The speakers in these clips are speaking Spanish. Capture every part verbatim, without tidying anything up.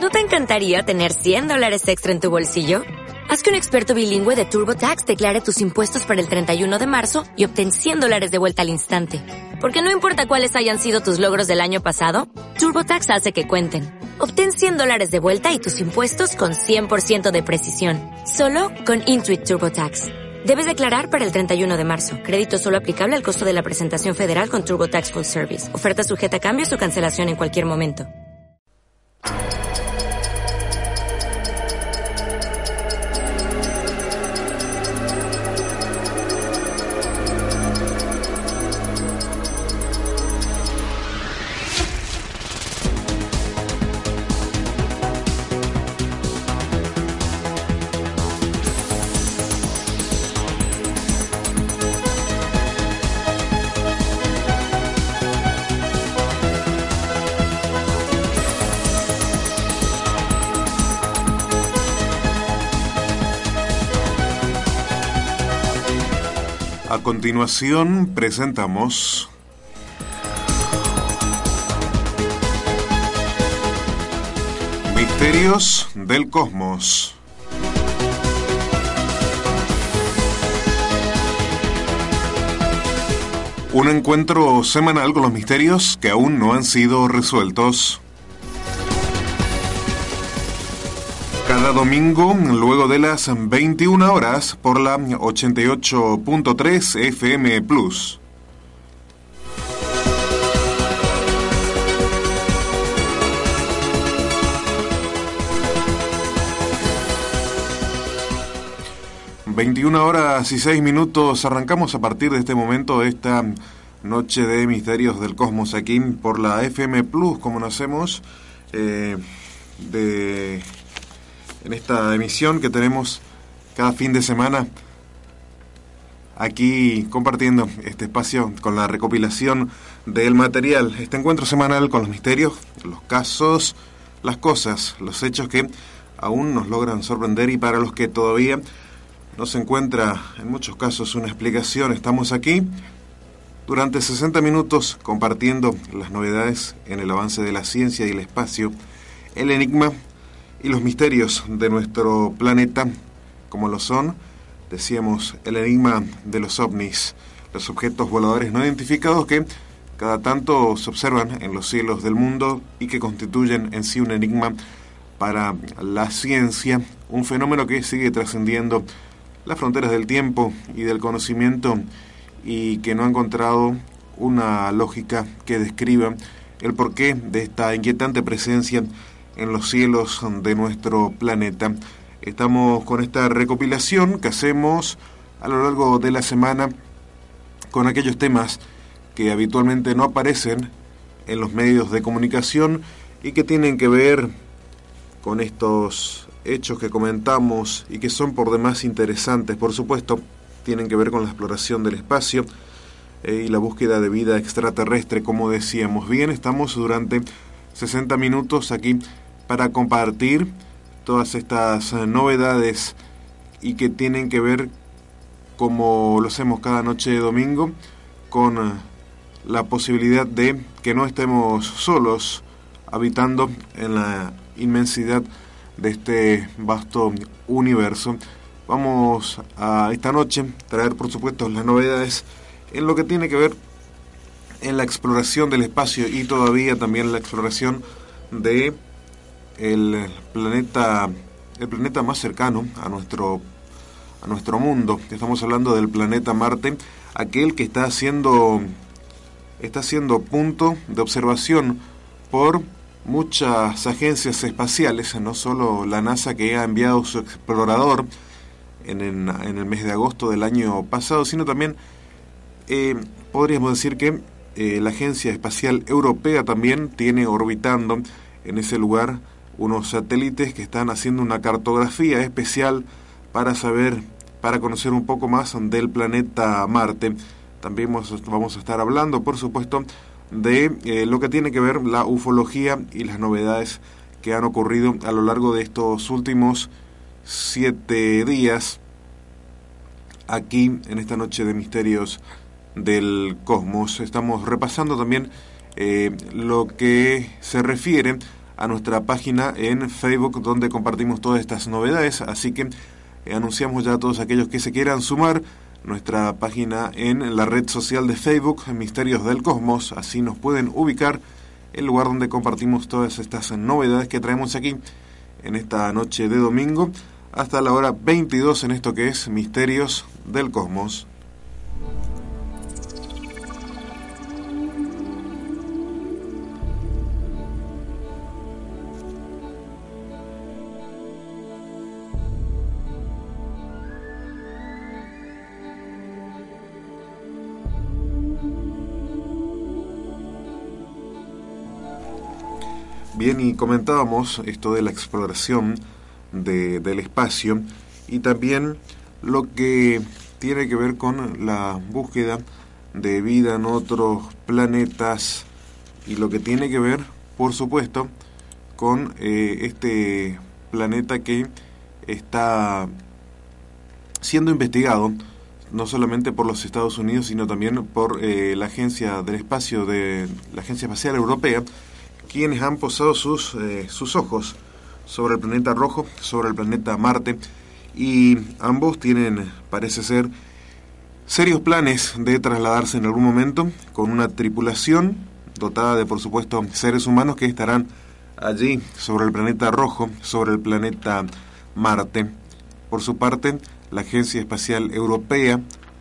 ¿No te encantaría tener cien dólares extra en tu bolsillo? Haz que un experto bilingüe de TurboTax declare tus impuestos para el treinta y uno de marzo y obtén cien dólares de vuelta al instante. Porque no importa cuáles hayan sido tus logros del año pasado, TurboTax hace que cuenten. Obtén cien dólares de vuelta y tus impuestos con cien por ciento de precisión. Solo con Intuit TurboTax. Debes declarar para el treinta y uno de marzo. Crédito solo aplicable al costo de la presentación federal con TurboTax Full Service. Oferta sujeta a cambios o cancelación en cualquier momento. A continuación presentamos Misterios del Cosmos. Un encuentro semanal con los misterios que aún no han sido resueltos. Cada domingo, luego de las veintiuna horas, por la ochenta y ocho punto tres F M Plus. veintiuna horas y seis minutos, arrancamos a partir de este momento esta noche de Misterios del Cosmos aquí por la F M Plus, como nos hacemos eh, de... en esta emisión que tenemos cada fin de semana, aquí compartiendo este espacio con la recopilación del material, este encuentro semanal con los misterios, los casos, las cosas, los hechos que aún nos logran sorprender y para los que todavía no se encuentra en muchos casos una explicación. Estamos aquí durante sesenta minutos compartiendo las novedades en el avance de la ciencia y el espacio, el enigma y los misterios de nuestro planeta, como lo son, decíamos, el enigma de los ovnis, los objetos voladores no identificados que cada tanto se observan en los cielos del mundo y que constituyen en sí un enigma para la ciencia, un fenómeno que sigue trascendiendo las fronteras del tiempo y del conocimiento y que no ha encontrado una lógica que describa el porqué de esta inquietante presencia en los cielos de nuestro planeta. Estamos con esta recopilación que hacemos a lo largo de la semana con aquellos temas que habitualmente no aparecen en los medios de comunicación y que tienen que ver con estos hechos que comentamos y que son por demás interesantes. Por supuesto, tienen que ver con la exploración del espacio eh, y la búsqueda de vida extraterrestre, como decíamos. Bien, estamos durante sesenta minutos aquí para compartir todas estas uh, novedades y que tienen que ver, como lo hacemos cada noche de domingo, con uh, la posibilidad de que no estemos solos habitando en la inmensidad de este vasto universo. Vamos a esta noche traer, por supuesto, las novedades en lo que tiene que ver en la exploración del espacio y todavía también la exploración de el planeta, el planeta más cercano a nuestro a nuestro mundo. Estamos hablando del planeta Marte, aquel que está siendo está siendo punto de observación por muchas agencias espaciales, no solo la NASA, que ha enviado su explorador en, en, en el mes de agosto del año pasado, sino también eh, podríamos decir que eh, la Agencia Espacial Europea también tiene orbitando en ese lugar unos satélites que están haciendo una cartografía especial para saber, para conocer un poco más del planeta Marte. También vamos a estar hablando, por supuesto, de eh, lo que tiene que ver la ufología y las novedades que han ocurrido a lo largo de estos últimos siete días aquí en esta noche de Misterios del Cosmos. Estamos repasando también eh, lo que se refiere a nuestra página en Facebook, donde compartimos todas estas novedades, así que eh, anunciamos ya a todos aquellos que se quieran sumar nuestra página en la red social de Facebook, Misterios del Cosmos, así nos pueden ubicar, el lugar donde compartimos todas estas novedades que traemos aquí en esta noche de domingo, hasta la hora veintidós en esto que es Misterios del Cosmos. Bien, y comentábamos esto de la exploración de, del espacio y también lo que tiene que ver con la búsqueda de vida en otros planetas y lo que tiene que ver, por supuesto, con eh, este planeta que está siendo investigado no solamente por los Estados Unidos, sino también por eh, la Agencia del Espacio de la Agencia Espacial Europea, quienes han posado sus, eh, sus ojos sobre el planeta rojo, sobre el planeta Marte, y ambos tienen, parece ser, serios planes de trasladarse en algún momento con una tripulación dotada de, por supuesto, seres humanos que estarán allí sobre el planeta rojo, sobre el planeta Marte. Por su parte, la Agencia Espacial Europea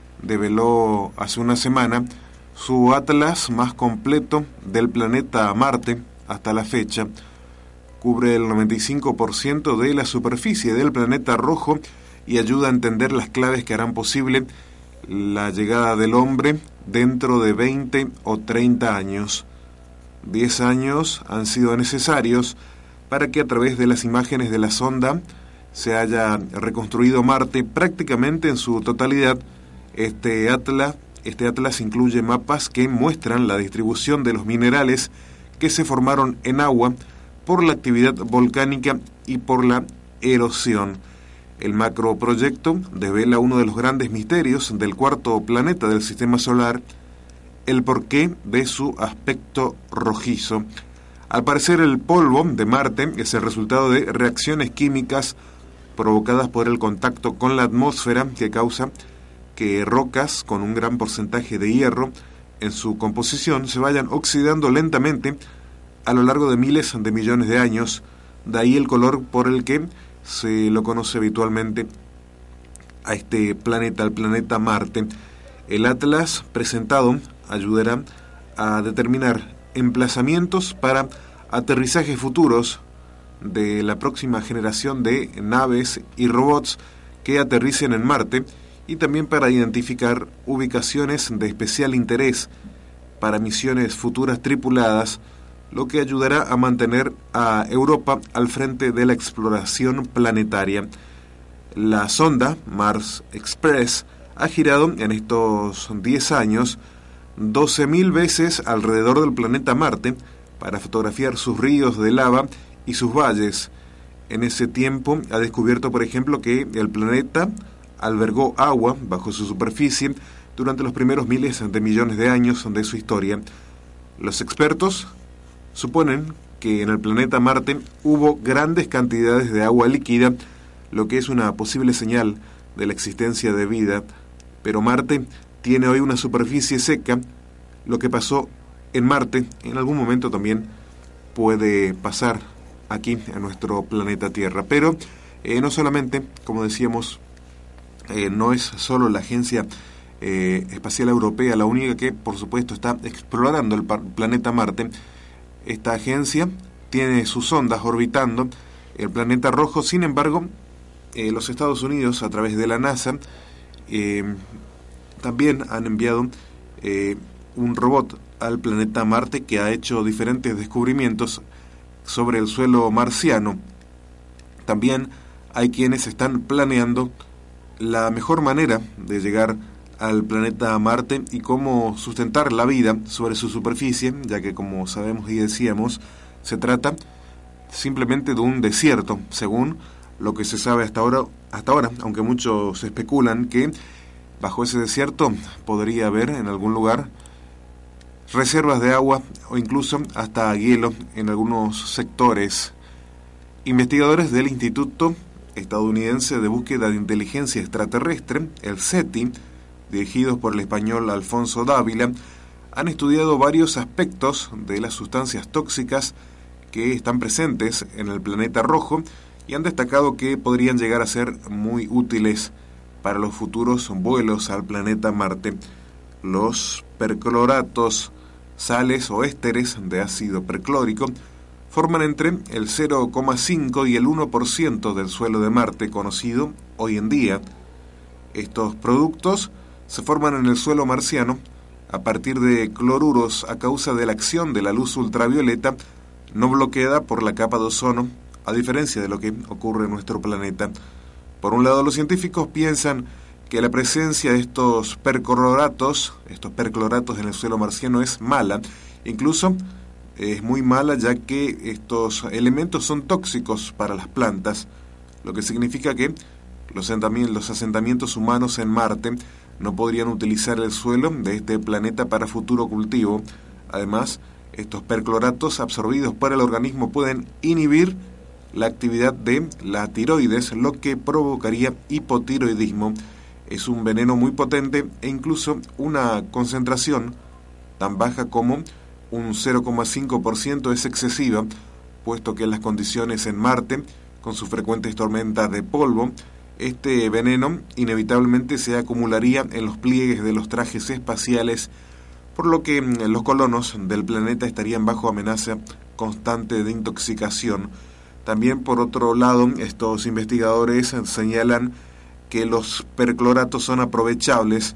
develó hace una semana su atlas más completo del planeta Marte hasta la fecha. Cubre el noventa y cinco por ciento de la superficie del planeta rojo y ayuda a entender las claves que harán posible la llegada del hombre dentro de veinte o treinta años. diez años han sido necesarios para que a través de las imágenes de la sonda se haya reconstruido Marte prácticamente en su totalidad. Este atlas, este atlas incluye mapas que muestran la distribución de los minerales que se formaron en agua por la actividad volcánica y por la erosión. El macroproyecto desvela uno de los grandes misterios del cuarto planeta del sistema solar, el porqué de su aspecto rojizo. Al parecer, el polvo de Marte es el resultado de reacciones químicas provocadas por el contacto con la atmósfera que causa que rocas con un gran porcentaje de hierro en su composición se vayan oxidando lentamente a lo largo de miles de millones de años. De ahí el color por el que se lo conoce habitualmente a este planeta, al planeta Marte. El atlas presentado ayudará a determinar emplazamientos para aterrizajes futuros de la próxima generación de naves y robots que aterricen en Marte, y también para identificar ubicaciones de especial interés para misiones futuras tripuladas, lo que ayudará a mantener a Europa al frente de la exploración planetaria. La sonda Mars Express ha girado en estos diez años doce mil veces alrededor del planeta Marte para fotografiar sus ríos de lava y sus valles. En ese tiempo ha descubierto, por ejemplo, que el planeta albergó agua bajo su superficie durante los primeros miles de millones de años de su historia. Los expertos suponen que en el planeta Marte hubo grandes cantidades de agua líquida, lo que es una posible señal de la existencia de vida, pero Marte tiene hoy una superficie seca. Lo que pasó en Marte en algún momento también puede pasar aquí en nuestro planeta Tierra, pero eh, no solamente, como decíamos, Eh, no es solo la Agencia eh, Espacial Europea la única que, por supuesto, está explorando el planeta Marte. Esta agencia tiene sus sondas orbitando el planeta rojo. Sin embargo, eh, los Estados Unidos, a través de la NASA, eh, también han enviado eh, un robot al planeta Marte que ha hecho diferentes descubrimientos sobre el suelo marciano. También hay quienes están planeando la mejor manera de llegar al planeta Marte y cómo sustentar la vida sobre su superficie, ya que, como sabemos y decíamos, se trata simplemente de un desierto, según lo que se sabe hasta ahora, hasta ahora, aunque muchos especulan que bajo ese desierto podría haber en algún lugar reservas de agua o incluso hasta hielo en algunos sectores. Investigadores del Instituto Estadounidense de Búsqueda de Inteligencia Extraterrestre, el SETI, dirigidos por el español Alfonso Dávila, han estudiado varios aspectos de las sustancias tóxicas que están presentes en el planeta rojo y han destacado que podrían llegar a ser muy útiles para los futuros vuelos al planeta Marte. Los percloratos, sales o ésteres de ácido perclórico, forman entre el cero coma cinco y el uno por ciento del suelo de Marte conocido hoy en día. Estos productos se forman en el suelo marciano a partir de cloruros a causa de la acción de la luz ultravioleta no bloqueada por la capa de ozono, a diferencia de lo que ocurre en nuestro planeta. Por un lado, los científicos piensan que la presencia de estos percloratos, estos percloratos en el suelo marciano es mala, incluso es muy mala ya que estos elementos son tóxicos para las plantas, lo que significa que los asentamientos humanos en Marte no podrían utilizar el suelo de este planeta para futuro cultivo. Además, estos percloratos absorbidos por el organismo pueden inhibir la actividad de la tiroides, lo que provocaría hipotiroidismo. Es un veneno muy potente e incluso una concentración tan baja como un cero coma cinco por ciento es excesiva, puesto que en las condiciones en Marte, con sus frecuentes tormentas de polvo, este veneno inevitablemente se acumularía en los pliegues de los trajes espaciales, por lo que los colonos del planeta estarían bajo amenaza constante de intoxicación. También, por otro lado, estos investigadores señalan que los percloratos son aprovechables.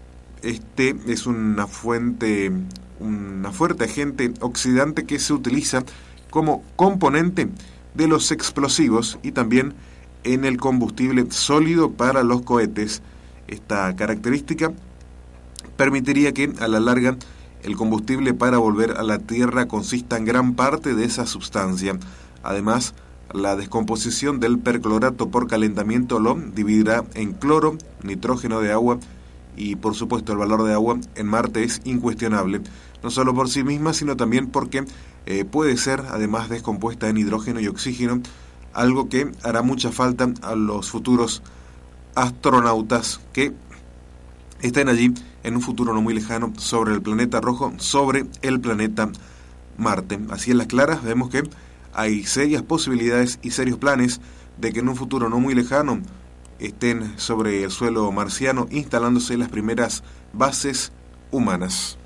Este es una fuente, una fuerte agente oxidante que se utiliza como componente de los explosivos y también en el combustible sólido para los cohetes. Esta característica permitiría que, a la larga, el combustible para volver a la Tierra consista en gran parte de esa sustancia. Además, la descomposición del perclorato por calentamiento lo dividirá en cloro, nitrógeno de agua y, por supuesto, el valor de agua en Marte es incuestionable, no solo por sí misma, sino también porque eh, puede ser, además, descompuesta en hidrógeno y oxígeno, algo que hará mucha falta a los futuros astronautas que estén allí en un futuro no muy lejano sobre el planeta rojo, sobre el planeta Marte. Así en las claras vemos que hay serias posibilidades y serios planes de que en un futuro no muy lejano estén sobre el suelo marciano instalándose las primeras bases humanas.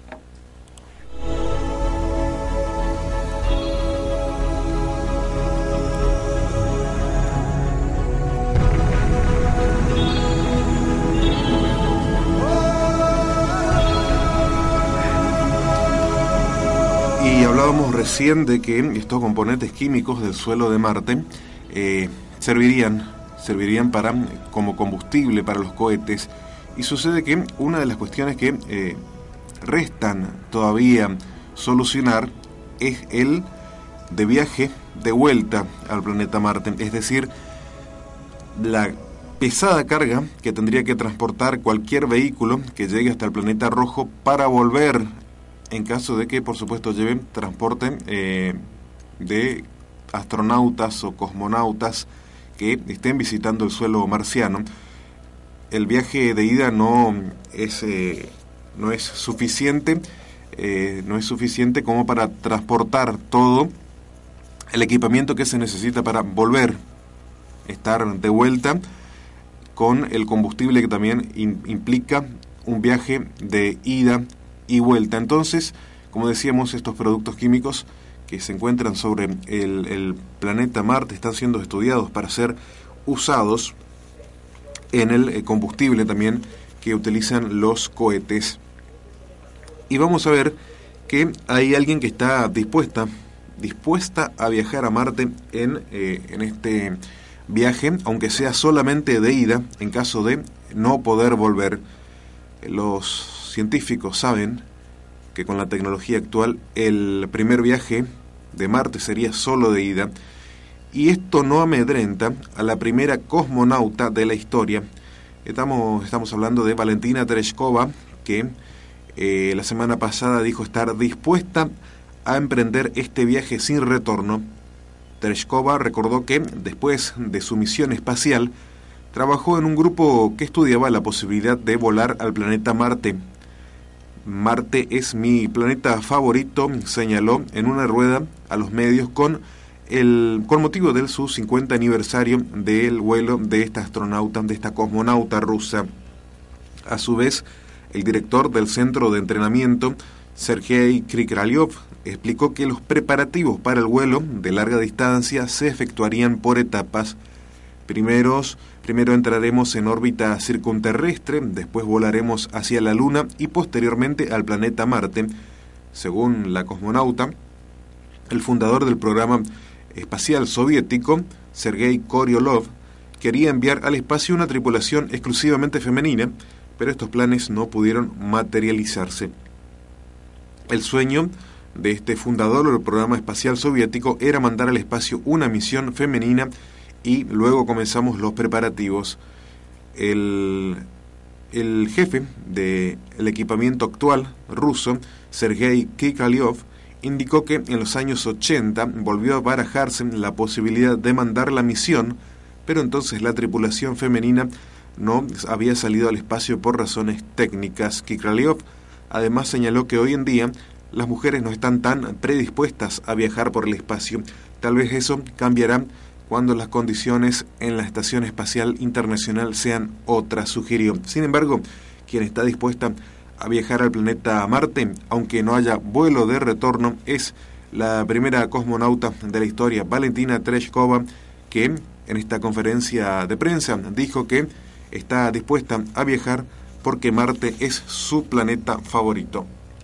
Y hablábamos recién de que estos componentes químicos del suelo de Marte eh, servirían, servirían para, como combustible para los cohetes. Y sucede que una de las cuestiones que eh, restan todavía solucionar es el de viaje de vuelta al planeta Marte. Es decir, la pesada carga que tendría que transportar cualquier vehículo que llegue hasta el planeta rojo para volver, en caso de que, por supuesto, lleven transporte eh, de astronautas o cosmonautas que estén visitando el suelo marciano. El viaje de ida no es, eh, no es suficiente, eh, no es suficiente como para transportar todo el equipamiento que se necesita para volver, estar de vuelta, con el combustible que también in, implica un viaje de ida y vuelta. Entonces, como decíamos, estos productos químicos que se encuentran sobre el, el planeta Marte están siendo estudiados para ser usados en el combustible también que utilizan los cohetes. Y vamos a ver que hay alguien que está dispuesta, dispuesta a viajar a Marte en, eh, en este viaje, aunque sea solamente de ida, en caso de no poder volver. Los científicos saben que con la tecnología actual el primer viaje de Marte sería solo de ida, y esto no amedrenta a la primera cosmonauta de la historia. Estamos, estamos hablando de Valentina Tereshkova, que eh, la semana pasada dijo estar dispuesta a emprender este viaje sin retorno. Tereshkova recordó que, después de su misión espacial, trabajó en un grupo que estudiaba la posibilidad de volar al planeta Marte. Marte es mi planeta favorito, señaló en una rueda a los medios con, el, con motivo de su cincuenta aniversario del vuelo de esta astronauta, de esta cosmonauta rusa. A su vez, el director del centro de entrenamiento, Sergei Krikalev, explicó que los preparativos para el vuelo de larga distancia se efectuarían por etapas. Primeros, primero entraremos en órbita circunterrestre, después volaremos hacia la Luna y posteriormente al planeta Marte. Según la cosmonauta, el fundador del programa espacial soviético, Sergei Korolev, quería enviar al espacio una tripulación exclusivamente femenina, pero estos planes no pudieron materializarse. El sueño de este fundador del programa espacial soviético era mandar al espacio una misión femenina y luego comenzamos los preparativos. El, el jefe del equipamiento actual ruso, Sergei Krikalev, indicó que en los años ochenta volvió a barajarse la posibilidad de mandar la misión, pero entonces la tripulación femenina no había salido al espacio por razones técnicas. Krikalev además señaló que hoy en día las mujeres no están tan predispuestas a viajar por el espacio. Tal vez eso cambiará cuando las condiciones en la Estación Espacial Internacional sean otras, sugirió. Sin embargo, quien está dispuesta a viajar al planeta Marte, aunque no haya vuelo de retorno, es la primera cosmonauta de la historia, Valentina Tereshkova, que en esta conferencia de prensa dijo que está dispuesta a viajar porque Marte es su planeta favorito.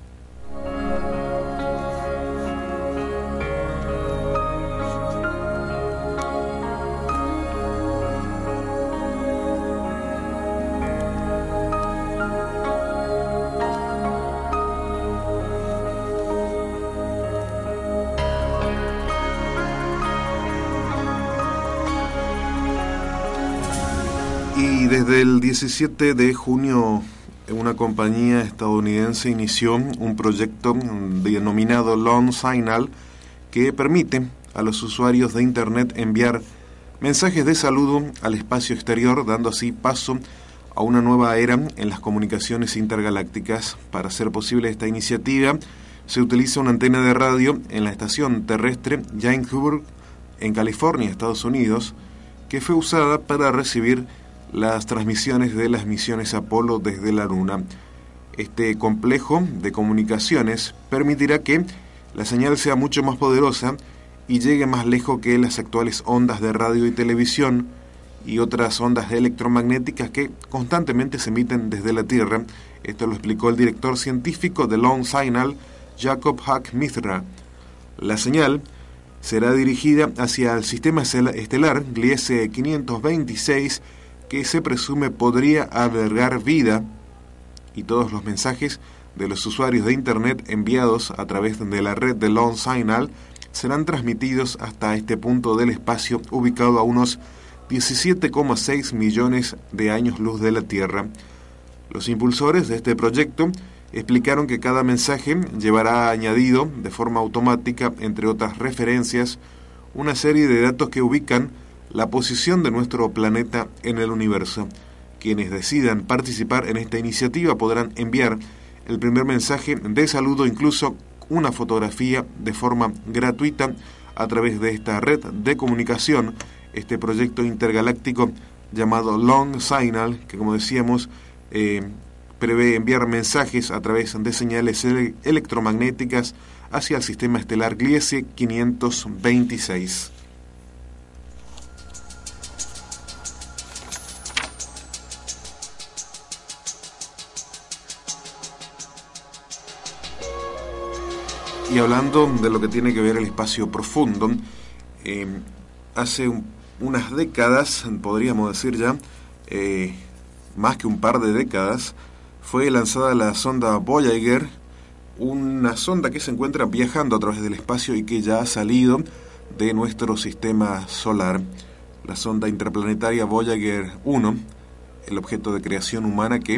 Y desde el diecisiete de junio, una compañía estadounidense inició un proyecto denominado Long Signal que permite a los usuarios de Internet enviar mensajes de saludo al espacio exterior, dando así paso a una nueva era en las comunicaciones intergalácticas. Para hacer posible esta iniciativa, se utiliza una antena de radio en la estación terrestre Yankeeburg, en California, Estados Unidos, que fue usada para recibir las transmisiones de las misiones Apolo desde la Luna. Este complejo de comunicaciones permitirá que la señal sea mucho más poderosa y llegue más lejos que las actuales ondas de radio y televisión y otras ondas electromagnéticas que constantemente se emiten desde la Tierra. Esto lo explicó el director científico de Long Signal, Jacob Hack Mithra. La señal será dirigida hacia el sistema estelar Gliese quinientos veintiséis, que se presume podría albergar vida, y todos los mensajes de los usuarios de Internet enviados a través de la red de Long Signal serán transmitidos hasta este punto del espacio ubicado a unos diecisiete coma seis millones de años luz de la Tierra. Los impulsores de este proyecto explicaron que cada mensaje llevará añadido de forma automática, entre otras referencias, una serie de datos que ubican la posición de nuestro planeta en el universo. Quienes decidan participar en esta iniciativa podrán enviar el primer mensaje de saludo, incluso una fotografía, de forma gratuita a través de esta red de comunicación, este proyecto intergaláctico llamado Long Signal, que como decíamos eh, prevé enviar mensajes a través de señales ele- electromagnéticas hacia el sistema estelar Gliese quinientos veintiséis. Y hablando de lo que tiene que ver el espacio profundo, eh, hace un, unas décadas, podríamos decir ya, eh, más que un par de décadas, fue lanzada la sonda Voyager, una sonda que se encuentra viajando a través del espacio y que ya ha salido de nuestro sistema solar. La sonda interplanetaria Voyager uno, el objeto de creación humana que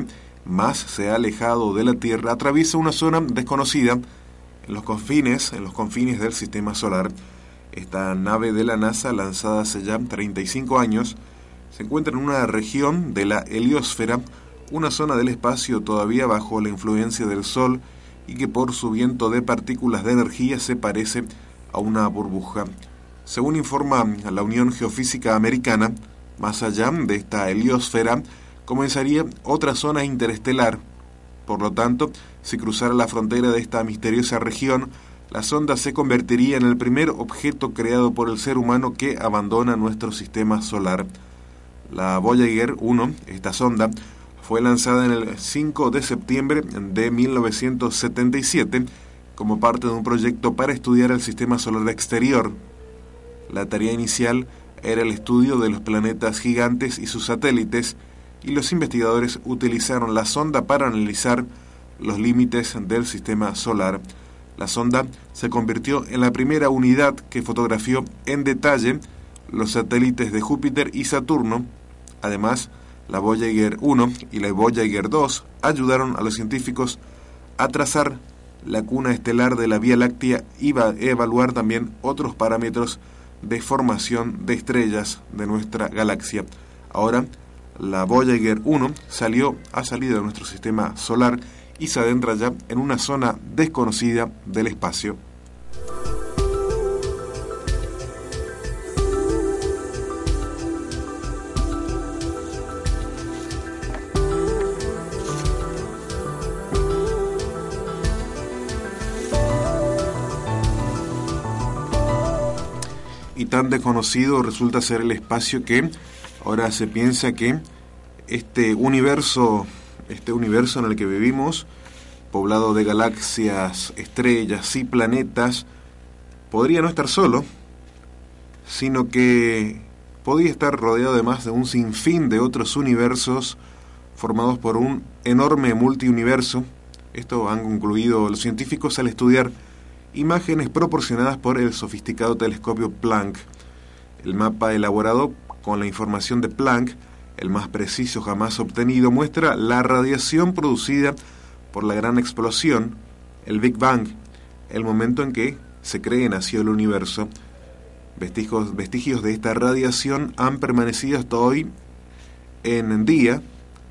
más se ha alejado de la Tierra, atraviesa una zona desconocida en los confines, en los confines del sistema solar. Esta nave de la NASA, lanzada hace ya treinta y cinco años, se encuentra en una región de la heliosfera, una zona del espacio todavía bajo la influencia del Sol y que por su viento de partículas de energía se parece a una burbuja. Según informa la Unión Geofísica Americana, más allá de esta heliosfera comenzaría otra zona interestelar. Por lo tanto, si cruzara la frontera de esta misteriosa región, la sonda se convertiría en el primer objeto creado por el ser humano que abandona nuestro sistema solar. La Voyager uno, esta sonda, fue lanzada en el cinco de septiembre de mil novecientos setenta y siete como parte de un proyecto para estudiar el sistema solar exterior. La tarea inicial era el estudio de los planetas gigantes y sus satélites, y los investigadores utilizaron la sonda para analizar los límites del sistema solar. La sonda se convirtió en la primera unidad que fotografió en detalle los satélites de Júpiter y Saturno. Además, la Voyager uno y la Voyager dos ayudaron a los científicos a trazar la cuna estelar de la Vía Láctea y a evaluar también otros parámetros de formación de estrellas de nuestra galaxia. Ahora, la Voyager uno salió, ha salido de nuestro sistema solar y se adentra ya en una zona desconocida del espacio. Y tan desconocido resulta ser el espacio que ahora se piensa que este universo, este universo en el que vivimos, poblado de galaxias, estrellas y planetas, podría no estar solo, sino que podría estar rodeado además de un sinfín de otros universos formados por un enorme multiuniverso. Esto han concluido los científicos al estudiar imágenes proporcionadas por el sofisticado telescopio Planck. El mapa elaborado con la información de Planck, el más preciso jamás obtenido, muestra la radiación producida por la gran explosión, el Big Bang, el momento en que se cree nació el universo. Vestigios, vestigios de esta radiación han permanecido hasta hoy en día,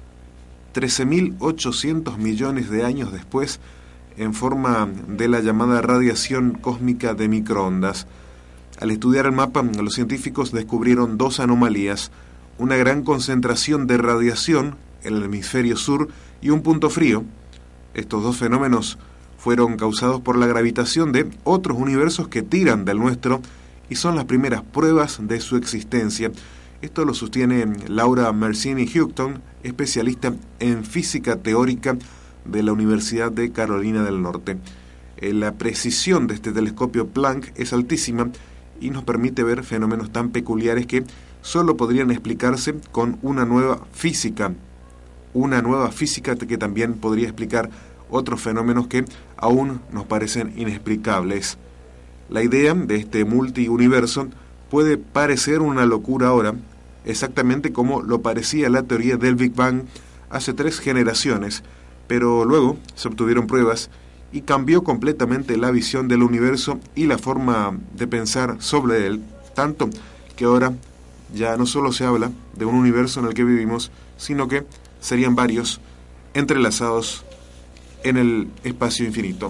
trece mil ochocientos millones de años después, en forma de la llamada radiación cósmica de microondas. Al estudiar el mapa, los científicos descubrieron dos anomalías: una gran concentración de radiación en el hemisferio sur y un punto frío. Estos dos fenómenos fueron causados por la gravitación de otros universos que tiran del nuestro y son las primeras pruebas de su existencia. Esto lo sostiene Laura Mersini-Houghton, especialista en física teórica de la Universidad de Carolina del Norte. Eh, la precisión de este telescopio Planck es altísima y nos permite ver fenómenos tan peculiares que solo podrían explicarse con una nueva física, una nueva física que también podría explicar otros fenómenos que aún nos parecen inexplicables. La idea de este multiuniverso puede parecer una locura ahora, exactamente como lo parecía la teoría del Big Bang hace tres generaciones, pero luego se obtuvieron pruebas y cambió completamente la visión del universo y la forma de pensar sobre él, tanto que ahora ya no solo se habla de un universo en el que vivimos, sino que serían varios entrelazados en el espacio infinito.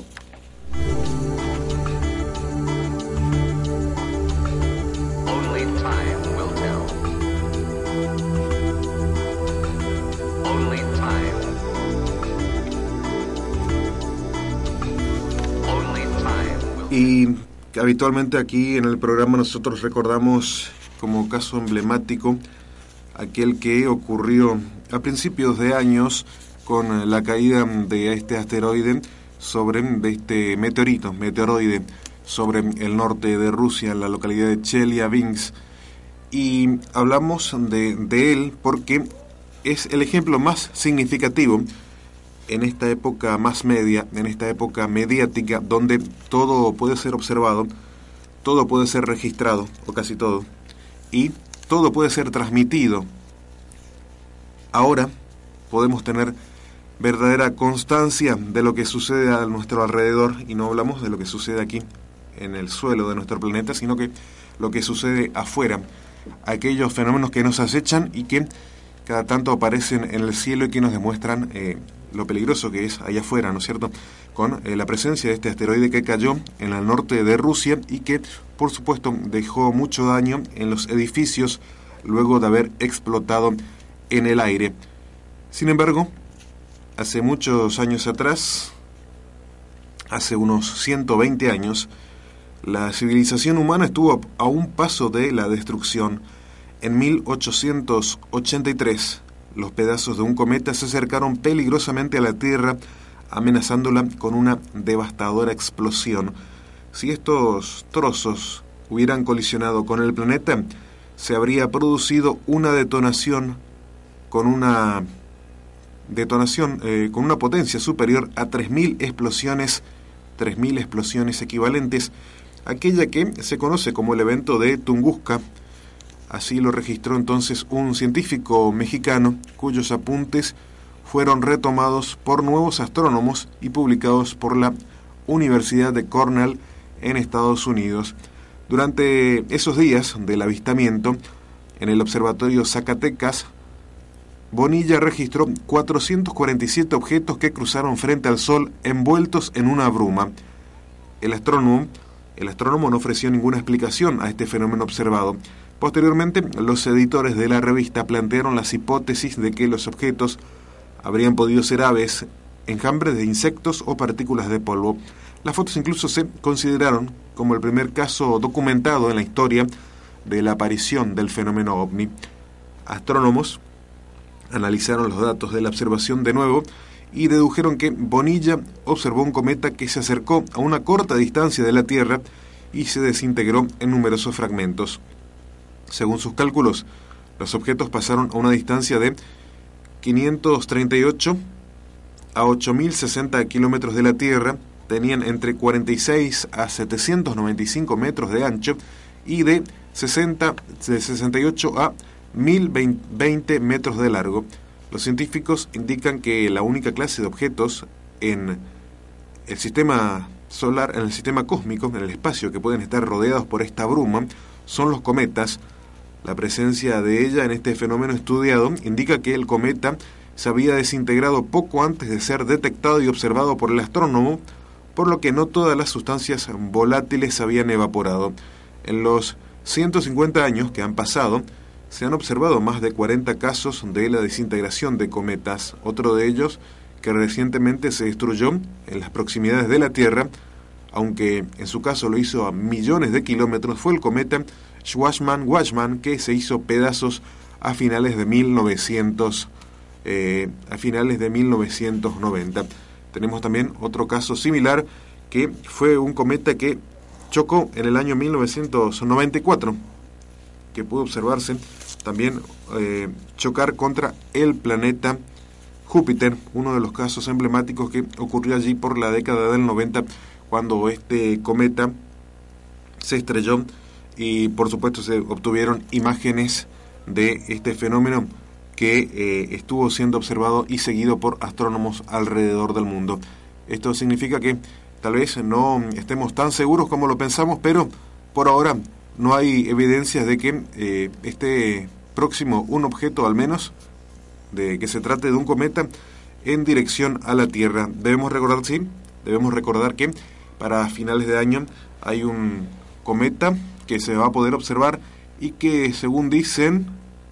Y habitualmente aquí en el programa nosotros recordamos como caso emblemático aquel que ocurrió a principios de años con la caída de este asteroide sobre de este meteorito, meteoroide sobre el norte de Rusia, en la localidad de Chelyabinsk. Y hablamos de, de él porque es el ejemplo más significativo en esta época más media, en esta época mediática, donde todo puede ser observado, todo puede ser registrado, o casi todo, y todo puede ser transmitido. Ahora podemos tener verdadera constancia de lo que sucede a nuestro alrededor, y no hablamos de lo que sucede aquí en el suelo de nuestro planeta, sino que lo que sucede afuera, aquellos fenómenos que nos acechan y que cada tanto aparecen en el cielo y que nos demuestran eh, lo peligroso que es allá afuera, ¿no es cierto?, con eh, la presencia de este asteroide que cayó en el norte de Rusia y que, por supuesto, dejó mucho daño en los edificios luego de haber explotado en el aire. Sin embargo, hace muchos años atrás, hace unos ciento veinte años, la civilización humana estuvo a un paso de la destrucción. En mil ochocientos ochenta y tres, los pedazos de un cometa se acercaron peligrosamente a la Tierra, amenazándola con una devastadora explosión. Si estos trozos hubieran colisionado con el planeta, se habría producido una detonación con una detonación eh, con una potencia superior a tres mil explosiones, tres mil explosiones equivalentes, aquella que se conoce como el evento de Tunguska. Así lo registró entonces un científico mexicano cuyos apuntes fueron retomados por nuevos astrónomos y publicados por la Universidad de Cornell en Estados Unidos. Durante esos días del avistamiento, en el observatorio Zacatecas, Bonilla registró cuatrocientos cuarenta y siete objetos que cruzaron frente al Sol envueltos en una bruma. El astrónomo, el astrónomo no ofreció ninguna explicación a este fenómeno observado. Posteriormente, los editores de la revista plantearon las hipótesis de que los objetos habrían podido ser aves, enjambres de insectos o partículas de polvo. Las fotos incluso se consideraron como el primer caso documentado en la historia de la aparición del fenómeno ovni. Astrónomos analizaron los datos de la observación de nuevo y dedujeron que Bonilla observó un cometa que se acercó a una corta distancia de la Tierra y se desintegró en numerosos fragmentos. Según sus cálculos, los objetos pasaron a una distancia de quinientos treinta y ocho a ocho mil sesenta kilómetros de la Tierra, tenían entre cuarenta y seis a setecientos noventa y cinco metros de ancho y de, sesenta, de sesenta y ocho a mil veinte metros de largo. Los científicos indican que la única clase de objetos en el sistema solar, en el sistema cósmico, en el espacio, que pueden estar rodeados por esta bruma, son los cometas. La presencia de ella en este fenómeno estudiado indica que el cometa se había desintegrado poco antes de ser detectado y observado por el astrónomo, por lo que no todas las sustancias volátiles se habían evaporado. En los ciento cincuenta años que han pasado, se han observado más de cuarenta casos de la desintegración de cometas. Otro de ellos, que recientemente se destruyó en las proximidades de la Tierra, aunque en su caso lo hizo a millones de kilómetros, fue el cometa Schwarzmann-Waxman, que se hizo pedazos a finales de mil novecientos eh, a finales de mil novecientos noventa. Tenemos también otro caso similar, que fue un cometa que chocó en el año mil novecientos noventa y cuatro, que pudo observarse también eh, chocar contra el planeta Júpiter, uno de los casos emblemáticos que ocurrió allí por la década del noventa, cuando este cometa se estrelló y por supuesto se obtuvieron imágenes de este fenómeno que eh, estuvo siendo observado y seguido por astrónomos alrededor del mundo. Esto significa que tal vez no estemos tan seguros como lo pensamos, pero por ahora no hay evidencias de que eh, esté próximo un objeto, al menos, de que se trate de un cometa en dirección a la Tierra. Debemos recordar, sí, debemos recordar que para finales de año hay un cometa que se va a poder observar y que, según dicen,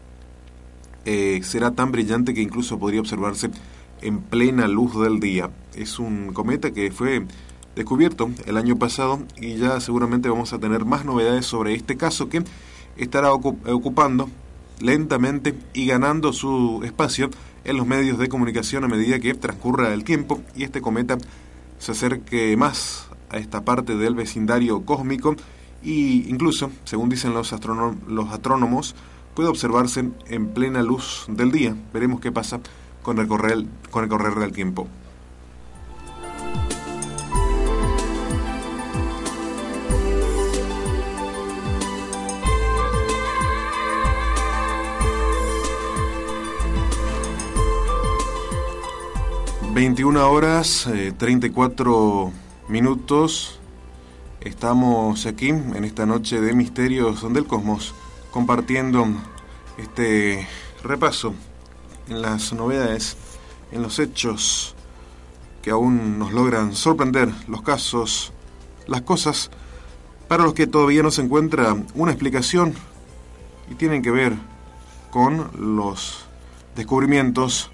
eh, será tan brillante que incluso podría observarse en plena luz del día. Es un cometa que fue descubierto el año pasado y ya seguramente vamos a tener más novedades sobre este caso, que estará ocupando lentamente y ganando su espacio en los medios de comunicación a medida que transcurra el tiempo y este cometa se acerque más a esta parte del vecindario cósmico y incluso, según dicen los, astrónom- los astrónomos, puede observarse en plena luz del día. Veremos qué pasa con el correr, con el correr del tiempo. veintiuna horas, eh, treinta y cuatro minutos. Estamos aquí en esta noche de Misterios del Cosmos, compartiendo este repaso en las novedades, en los hechos que aún nos logran sorprender, los casos, las cosas para los que todavía no se encuentra una explicación y tienen que ver con los descubrimientos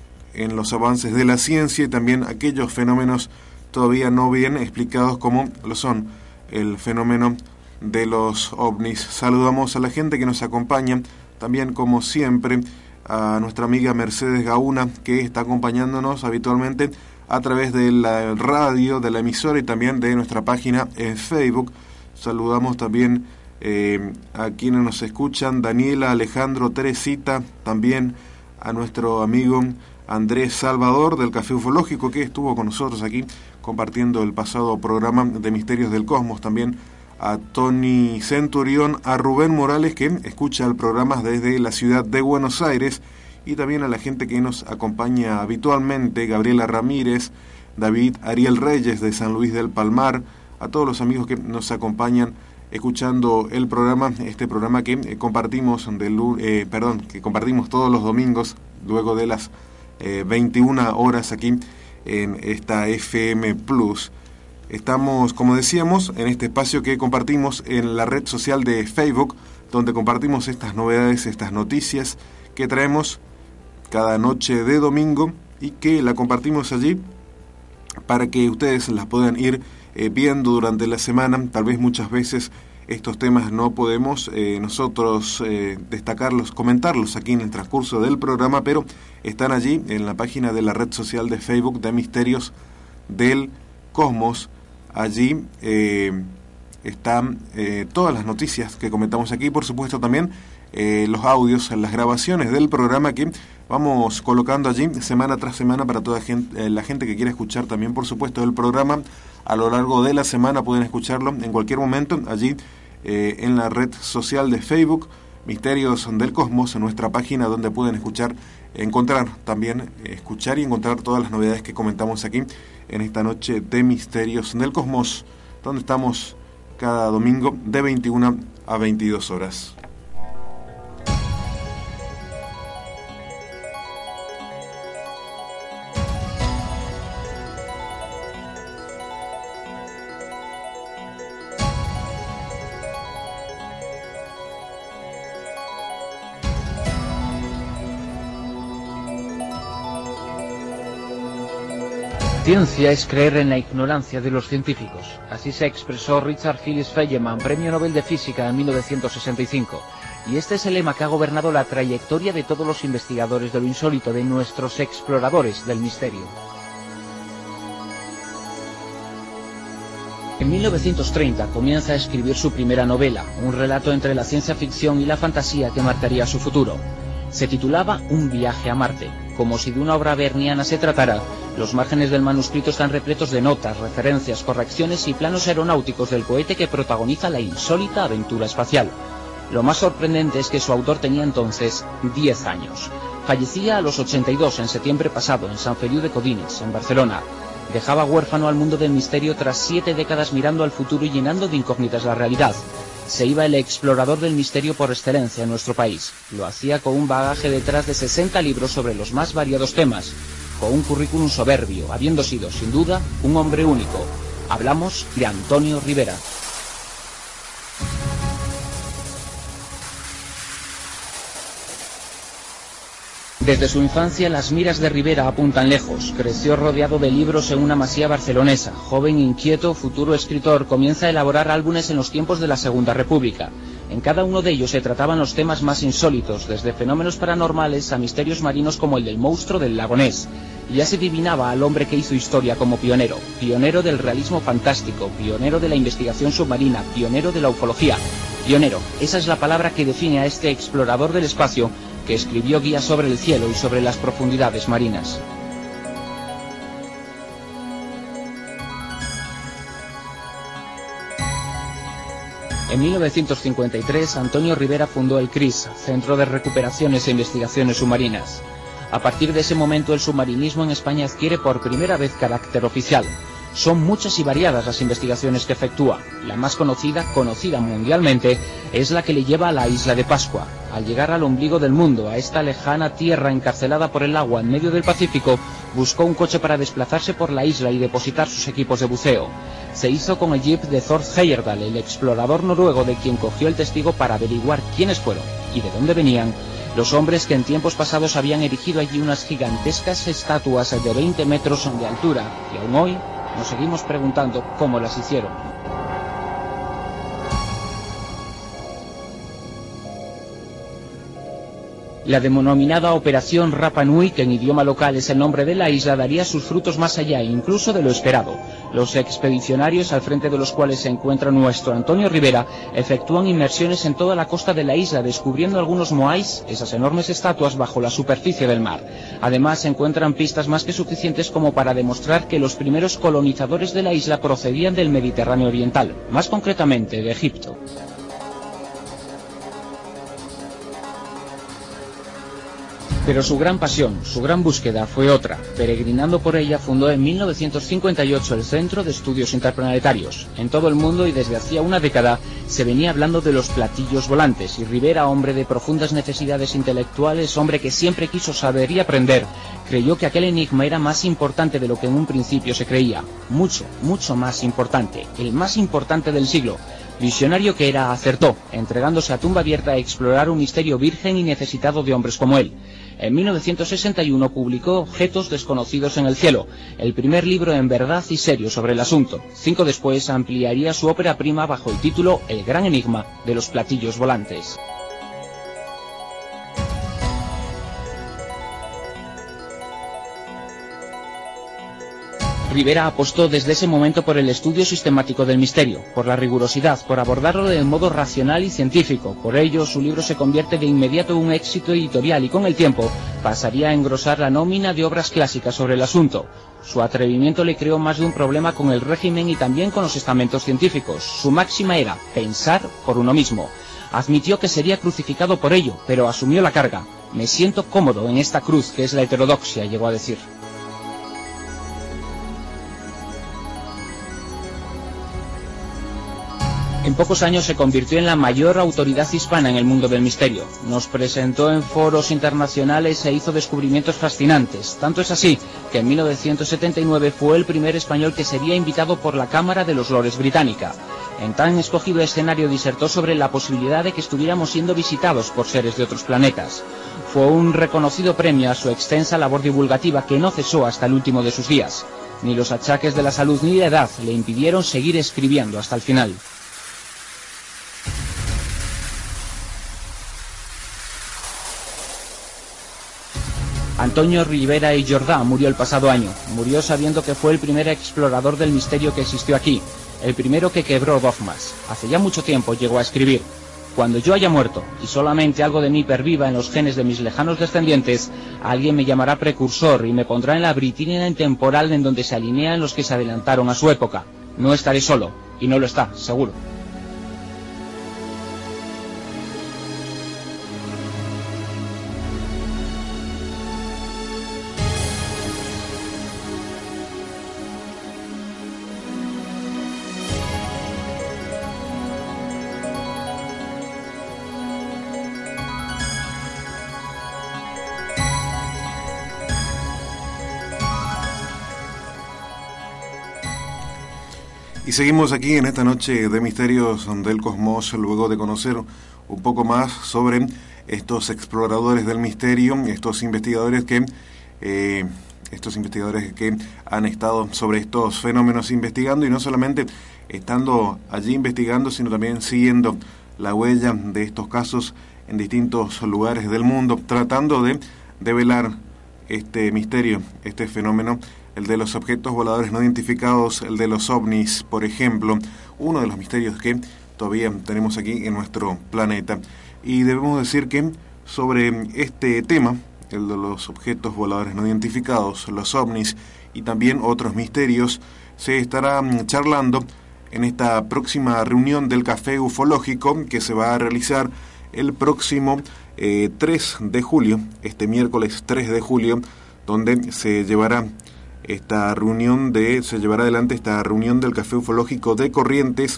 en los avances de la ciencia y también aquellos fenómenos todavía no bien explicados como lo son el fenómeno de los ovnis. Saludamos a la gente que nos acompaña, también como siempre a nuestra amiga Mercedes Gauna, que está acompañándonos habitualmente a través de la radio, de la emisora y también de nuestra página en Facebook. Saludamos también eh, a quienes nos escuchan, Daniela, Alejandro, Teresita, también a nuestro amigo Andrés Salvador del Café Ufológico, que estuvo con nosotros aquí compartiendo el pasado programa de Misterios del Cosmos, también a Tony Centurión, a Rubén Morales, que escucha el programa desde la ciudad de Buenos Aires, y también a la gente que nos acompaña habitualmente, Gabriela Ramírez, David Ariel Reyes de San Luis del Palmar, a todos los amigos que nos acompañan escuchando el programa, este programa que eh, compartimos del, eh, perdón, que compartimos todos los domingos luego de las eh, veintiuna horas aquí en esta F M Plus. Estamos, como decíamos, en este espacio que compartimos en la red social de Facebook, donde compartimos estas novedades, estas noticias que traemos cada noche de domingo y que la compartimos allí para que ustedes las puedan ir eh, viendo durante la semana. Tal vez muchas veces estos temas no podemos eh, nosotros eh, destacarlos, comentarlos aquí en el transcurso del programa, pero están allí en la página de la red social de Facebook de Misterios del Cosmos. Allí eh, están eh, todas las noticias que comentamos aquí, por supuesto también eh, los audios, las grabaciones del programa que vamos colocando allí semana tras semana para toda gente, eh, la gente que quiera escuchar también, por supuesto, el programa a lo largo de la semana. Pueden escucharlo en cualquier momento allí eh, en la red social de Facebook Misterios del Cosmos, en nuestra página donde pueden escuchar, encontrar también, escuchar y encontrar todas las novedades que comentamos aquí en esta noche de Misterios del Cosmos, donde estamos cada domingo de veintiuna a veintidós horas. Ciencia es creer en la ignorancia de los científicos. Así se expresó Richard Phillips Feynman, Premio Nobel de Física en mil novecientos sesenta y cinco. Y este es el lema que ha gobernado la trayectoria de todos los investigadores de lo insólito, de nuestros exploradores del misterio. En mil novecientos treinta comienza a escribir su primera novela, un relato entre la ciencia ficción y la fantasía que marcaría su futuro. Se titulaba Un viaje a Marte. Como si de una obra verniana se tratara, los márgenes del manuscrito están repletos de notas, referencias, correcciones y planos aeronáuticos del cohete que protagoniza la insólita aventura espacial. Lo más sorprendente es que su autor tenía entonces diez años. Fallecía a los ochenta y dos en septiembre pasado en Sant Feliu de Codines, en Barcelona. Dejaba huérfano al mundo del misterio tras siete décadas mirando al futuro y llenando de incógnitas la realidad. Se iba el explorador del misterio por excelencia en nuestro país. Lo hacía con un bagaje detrás de sesenta libros sobre los más variados temas, con un currículum soberbio, habiendo sido, sin duda, un hombre único. Hablamos de Antonio Rivera. Desde su infancia las miras de Rivera apuntan lejos. Creció rodeado de libros en una masía barcelonesa. Joven, inquieto, futuro escritor, comienza a elaborar álbumes en los tiempos de la Segunda República. En cada uno de ellos se trataban los temas más insólitos, desde fenómenos paranormales a misterios marinos como el del monstruo del lago Ness. Ya se adivinaba al hombre que hizo historia como pionero, pionero del realismo fantástico, pionero de la investigación submarina, pionero de la ufología. Pionero, esa es la palabra que define a este explorador del espacio que escribió guías sobre el cielo y sobre las profundidades marinas. En mil novecientos cincuenta y tres, Antonio Rivera fundó el C R I S, Centro de Recuperaciones e Investigaciones Submarinas. A partir de ese momento el submarinismo en España adquiere por primera vez carácter oficial. Son muchas y variadas las investigaciones que efectúa. La más conocida, conocida mundialmente, es la que le lleva a la isla de Pascua. Al llegar al ombligo del mundo, a esta lejana tierra encarcelada por el agua en medio del Pacífico, buscó un coche para desplazarse por la isla y depositar sus equipos de buceo. Se hizo con el jeep de Thor Heyerdahl, el explorador noruego de quien cogió el testigo para averiguar quiénes fueron y de dónde venían los hombres que en tiempos pasados habían erigido allí unas gigantescas estatuas de veinte metros de altura, y aún hoy nos seguimos preguntando cómo las hicieron. La denominada Operación Rapa Nui, que en idioma local es el nombre de la isla, daría sus frutos más allá incluso de lo esperado. Los expedicionarios, al frente de los cuales se encuentra nuestro Antonio Rivera, efectúan inmersiones en toda la costa de la isla, descubriendo algunos moais, esas enormes estatuas, bajo la superficie del mar. Además, se encuentran pistas más que suficientes como para demostrar que los primeros colonizadores de la isla procedían del Mediterráneo oriental, más concretamente de Egipto. Pero su gran pasión, su gran búsqueda fue otra. Peregrinando por ella, fundó en mil novecientos cincuenta y ocho el Centro de Estudios Interplanetarios. En todo el mundo y desde hacía una década se venía hablando de los platillos volantes, y Rivera, hombre de profundas necesidades intelectuales, hombre que siempre quiso saber y aprender, creyó que aquel enigma era más importante de lo que en un principio se creía. Mucho, mucho más importante. El más importante del siglo. Visionario que era, acertó, entregándose a tumba abierta a explorar un misterio virgen y necesitado de hombres como él. En mil novecientos sesenta y uno publicó Objetos desconocidos en el cielo, el primer libro en verdad y serio sobre el asunto. Cinco después ampliaría su ópera prima bajo el título El gran enigma de los platillos volantes. Rivera apostó desde ese momento por el estudio sistemático del misterio, por la rigurosidad, por abordarlo de modo racional y científico. Por ello, su libro se convierte de inmediato en un éxito editorial y con el tiempo pasaría a engrosar la nómina de obras clásicas sobre el asunto. Su atrevimiento le creó más de un problema con el régimen y también con los estamentos científicos. Su máxima era pensar por uno mismo. Admitió que sería crucificado por ello, pero asumió la carga. Me siento cómodo en esta cruz que es la heterodoxia, llegó a decir. En pocos años se convirtió en la mayor autoridad hispana en el mundo del misterio. Nos presentó en foros internacionales e hizo descubrimientos fascinantes. Tanto es así que en mil novecientos setenta y nueve fue el primer español que sería invitado por la Cámara de los Lores británica. En tan escogido escenario disertó sobre la posibilidad de que estuviéramos siendo visitados por seres de otros planetas. Fue un reconocido premio a su extensa labor divulgativa que no cesó hasta el último de sus días. Ni los achaques de la salud ni la edad le impidieron seguir escribiendo hasta el final. Antonio Rivera y Jordá murió el pasado año. Murió sabiendo que fue el primer explorador del misterio que existió aquí, el primero que quebró dogmas. Hace ya mucho tiempo llegó a escribir: cuando yo haya muerto y solamente algo de mí perviva en los genes de mis lejanos descendientes, alguien me llamará precursor y me pondrá en la britina temporal en donde se alinean los que se adelantaron a su época. No estaré solo, y no lo está, seguro. Y seguimos aquí en esta noche de Misterios del Cosmos, luego de conocer un poco más sobre estos exploradores del misterio, estos investigadores que eh, estos investigadores que han estado sobre estos fenómenos investigando, y no solamente estando allí investigando, sino también siguiendo la huella de estos casos en distintos lugares del mundo, tratando de develar este misterio, este fenómeno, el de los objetos voladores no identificados, el de los ovnis, por ejemplo, uno de los misterios que todavía tenemos aquí en nuestro planeta. Y debemos decir que sobre este tema, el de los objetos voladores no identificados, los ovnis y también otros misterios, se estará charlando en esta próxima reunión del Café Ufológico que se va a realizar el próximo eh, tres de julio, este miércoles tres de julio, donde se llevará esta reunión de, se llevará adelante esta reunión del Café Ufológico de Corrientes,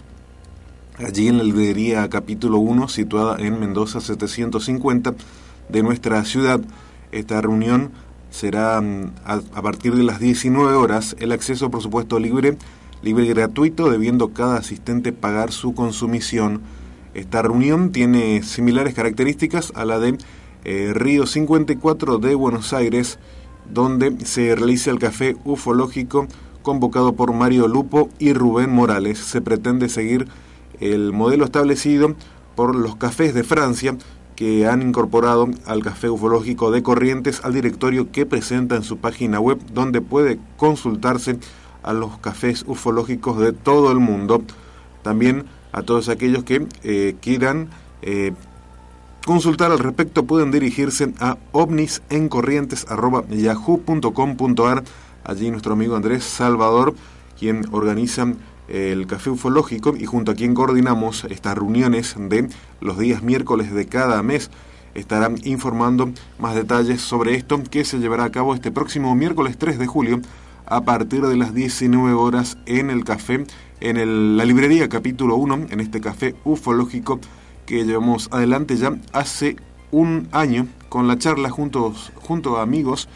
allí en la librería Capítulo uno, situada en Mendoza setecientos cincuenta de nuestra ciudad. Esta reunión será a, a partir de las diecinueve horas, el acceso por supuesto libre, libre y gratuito, debiendo cada asistente pagar su consumición. Esta reunión tiene similares características a la de eh, Río cincuenta y cuatro de Buenos Aires, donde se realiza el Café Ufológico convocado por Mario Lupo y Rubén Morales. Se pretende seguir el modelo establecido por los cafés de Francia, que han incorporado al Café Ufológico de Corrientes al directorio que presenta en su página web, donde puede consultarse a los cafés ufológicos de todo el mundo. También a todos aquellos que eh, quieran eh, consultar al respecto pueden dirigirse a ovnisencorrientes arroba yahoo punto com punto ar. Allí nuestro amigo Andrés Salvador, quien organiza el Café Ufológico y junto a quien coordinamos estas reuniones de los días miércoles de cada mes, estarán informando más detalles sobre esto, que se llevará a cabo este próximo miércoles tres de julio a partir de las diecinueve horas en el café, en el, la librería Capítulo uno, en este Café Ufológico que llevamos adelante ya hace un año con la charla juntos, junto a amigos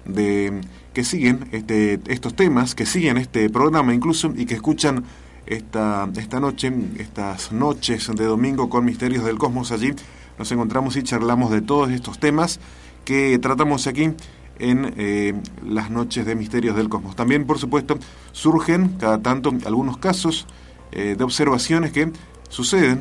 de que siguen este, estos temas, que siguen este programa incluso y que escuchan esta, esta noche, estas noches de domingo con Misterios del Cosmos. Allí nos encontramos y charlamos de todos estos temas que tratamos aquí en eh, las noches de Misterios del Cosmos. También, por supuesto, surgen cada tanto algunos casos eh, de observaciones que suceden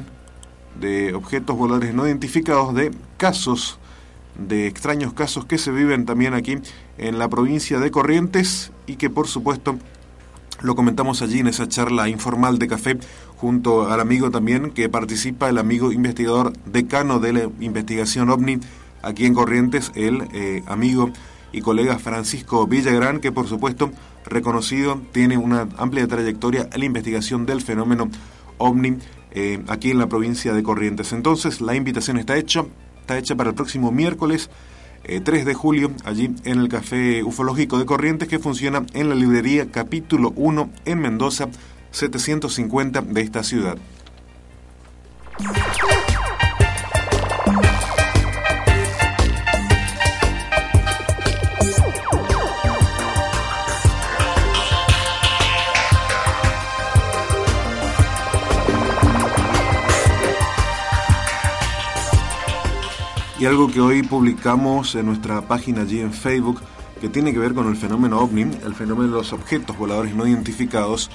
de objetos voladores no identificados, de casos, de extraños casos que se viven también aquí en la provincia de Corrientes y que por supuesto lo comentamos allí en esa charla informal de café junto al amigo también que participa, el amigo investigador decano de la investigación OVNI aquí en Corrientes, el eh, amigo y colega Francisco Villagrán, que por supuesto reconocido, tiene una amplia trayectoria en la investigación del fenómeno OVNI eh, aquí en la provincia de Corrientes. Entonces la invitación está hecha Está hecha para el próximo miércoles eh, tres de julio, allí en el Café Ufológico de Corrientes, que funciona en la librería Capítulo uno en Mendoza setecientos cincuenta de esta ciudad. Y algo que hoy publicamos en nuestra página allí en Facebook, que tiene que ver con el fenómeno OVNI, el fenómeno de los objetos voladores no identificados,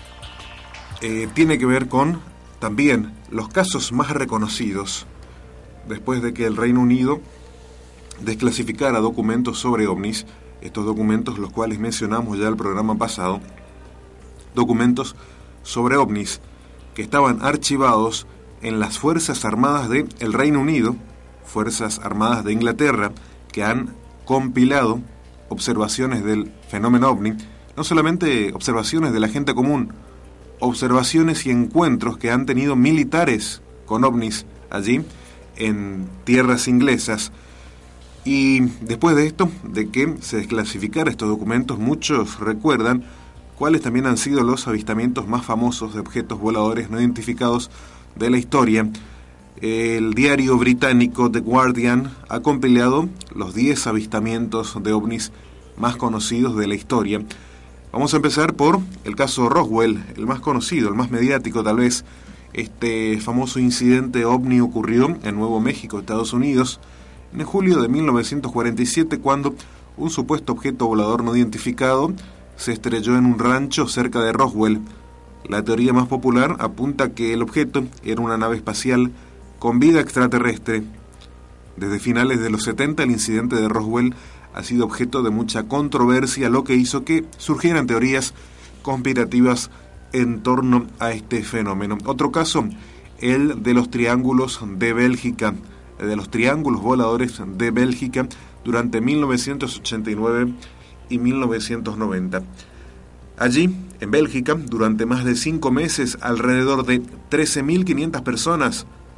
eh, tiene que ver con también los casos más reconocidos después de que el Reino Unido desclasificara documentos sobre OVNIs, estos documentos los cuales mencionamos ya el programa pasado, documentos sobre OVNIs que estaban archivados en las Fuerzas Armadas del Reino Unido, Fuerzas Armadas de Inglaterra, que han compilado observaciones del fenómeno OVNI, no solamente observaciones de la gente común, observaciones y encuentros que han tenido militares con OVNIs allí en tierras inglesas. Y después de esto, de que se desclasificara estos documentos, muchos recuerdan cuáles también han sido los avistamientos más famosos de objetos voladores no identificados de la historia. El diario británico The Guardian ha compilado los diez avistamientos de ovnis más conocidos de la historia. Vamos a empezar por el caso Roswell, el más conocido, el más mediático tal vez. Este famoso incidente ovni ocurrió en Nuevo México, Estados Unidos, en julio de mil novecientos cuarenta y siete, cuando un supuesto objeto volador no identificado se estrelló en un rancho cerca de Roswell. La teoría más popular apunta que el objeto era una nave espacial con vida extraterrestre. Desde finales de los setenta, el incidente de Roswell ha sido objeto de mucha controversia, lo que hizo que surgieran teorías conspirativas en torno a este fenómeno. Otro caso, el de los triángulos de Bélgica, de los triángulos voladores de Bélgica durante mil novecientos ochenta y nueve y mil novecientos noventa. Allí, en Bélgica, durante más de cinco meses, alrededor de trece mil quinientas personas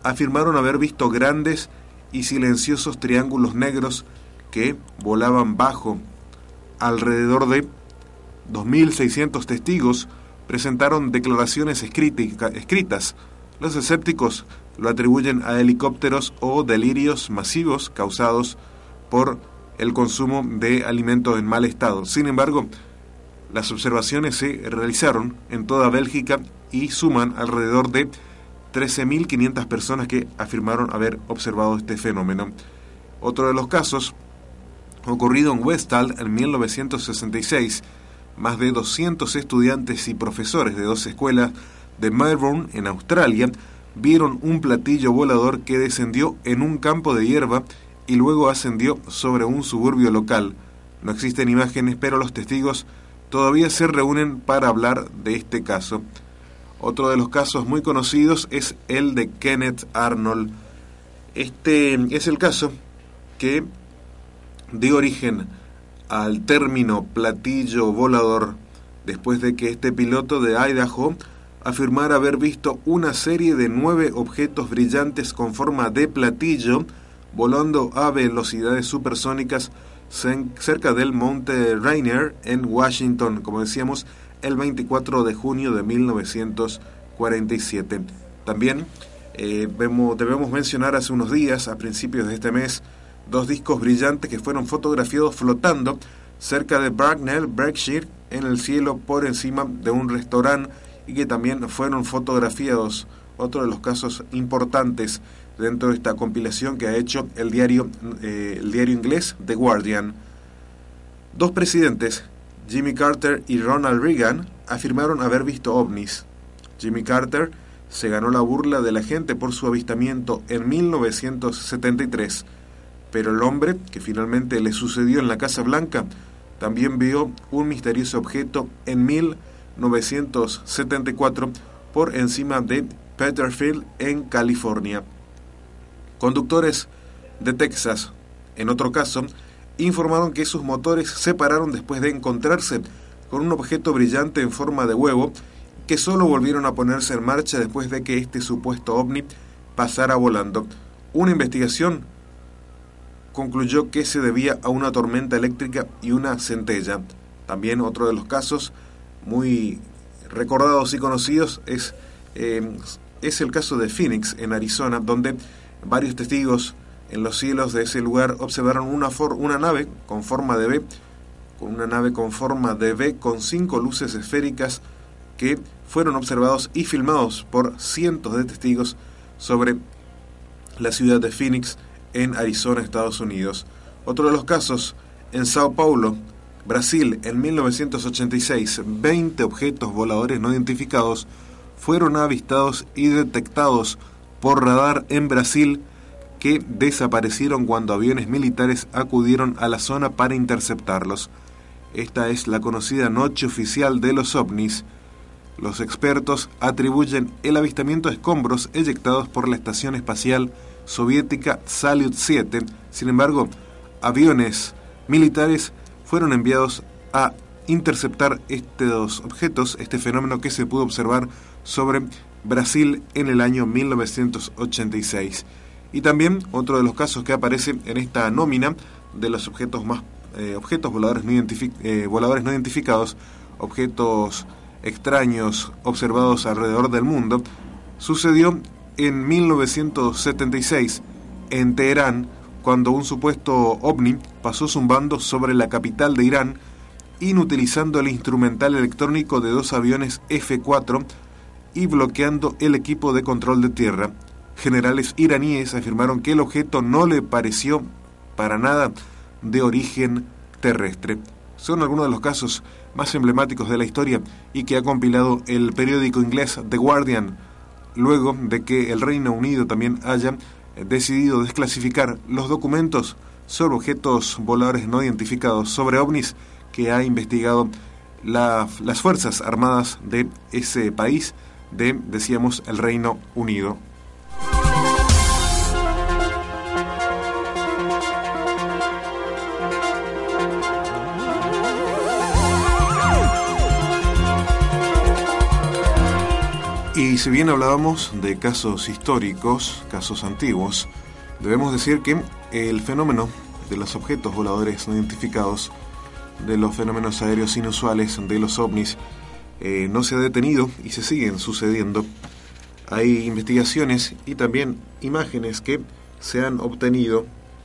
afirmaron haber visto grandes y silenciosos triángulos negros que volaban bajo. Alrededor de dos mil seiscientos testigos presentaron declaraciones escritas. Los escépticos lo atribuyen a helicópteros o delirios masivos causados por el consumo de alimentos en mal estado. Sin embargo, las observaciones se realizaron en toda Bélgica y suman alrededor de trece mil quinientas personas que afirmaron haber observado este fenómeno. Otro de los casos, ocurrido en Westall en mil novecientos sesenta y seis, más de doscientos estudiantes y profesores de dos escuelas de Melbourne, en Australia, vieron un platillo volador que descendió en un campo de hierba y luego ascendió sobre un suburbio local. No existen imágenes, pero los testigos todavía se reúnen para hablar de este caso. Otro de los casos muy conocidos es el de Kenneth Arnold. Este es el caso que dio origen al término platillo volador después de que este piloto de Idaho afirmara haber visto una serie de nueve objetos brillantes con forma de platillo volando a velocidades supersónicas cerca del Monte Rainier en Washington, como decíamos, el veinticuatro de junio de mil novecientos cuarenta y siete. También eh, vemos, debemos mencionar hace unos días, a principios de este mes, dos discos brillantes que fueron fotografiados flotando cerca de Bracknell, Berkshire, en el cielo por encima de un restaurante, y que también fueron fotografiados. Otro de los casos importantes dentro de esta compilación que ha hecho el diario, eh, el diario inglés The Guardian. Dos presidentes, Jimmy Carter y Ronald Reagan, afirmaron haber visto ovnis. Jimmy Carter se ganó la burla de la gente por su avistamiento en mil novecientos setenta y tres, pero el hombre que finalmente le sucedió en la Casa Blanca también vio un misterioso objeto en mil novecientos setenta y cuatro por encima de Peterfield, en California. Conductores de Texas, en otro caso, informaron que sus motores se pararon después de encontrarse con un objeto brillante en forma de huevo, que solo volvieron a ponerse en marcha después de que este supuesto ovni pasara volando. Una investigación concluyó que se debía a una tormenta eléctrica y una centella. También otro de los casos muy recordados y conocidos es, eh, es el caso de Phoenix, en Arizona, donde varios testigos en los cielos de ese lugar observaron una, for- una nave con forma de V, con una nave con forma de V con cinco luces esféricas que fueron observados y filmados por cientos de testigos sobre la ciudad de Phoenix, en Arizona, Estados Unidos. Otro de los casos, en Sao Paulo, Brasil, en mil novecientos ochenta y seis, veinte objetos voladores no identificados fueron avistados y detectados por radar en Brasil, que desaparecieron cuando aviones militares acudieron a la zona para interceptarlos. Esta es la conocida noche oficial de los ovnis. Los expertos atribuyen el avistamiento a escombros eyectados por la estación espacial soviética Salyut siete. Sin embargo, aviones militares fueron enviados a interceptar estos objetos, este fenómeno que se pudo observar sobre Brasil en el año mil novecientos ochenta y seis. Y también otro de los casos que aparece en esta nómina de los objetos más eh, objetos voladores no, identific- eh, voladores no identificados, objetos extraños observados alrededor del mundo, sucedió en mil novecientos setenta y seis en Teherán, cuando un supuesto ovni pasó zumbando sobre la capital de Irán, inutilizando el instrumental electrónico de dos aviones F cuatro y bloqueando el equipo de control de tierra. Generales iraníes afirmaron que el objeto no le pareció para nada de origen terrestre. Son algunos de los casos más emblemáticos de la historia y que ha compilado el periódico inglés The Guardian, luego de que el Reino Unido también haya decidido desclasificar los documentos sobre objetos voladores no identificados, sobre ovnis, que ha investigado la, las Fuerzas Armadas de ese país, de, decíamos, el Reino Unido. Y Y si bien hablábamos de casos históricos, casos antiguos, debemos decir que el fenómeno de los objetos voladores no identificados, de los fenómenos aéreos inusuales, de los ovnis, eh, no se ha detenido y se siguen sucediendo. Hay investigaciones y también imágenes que se han obtenido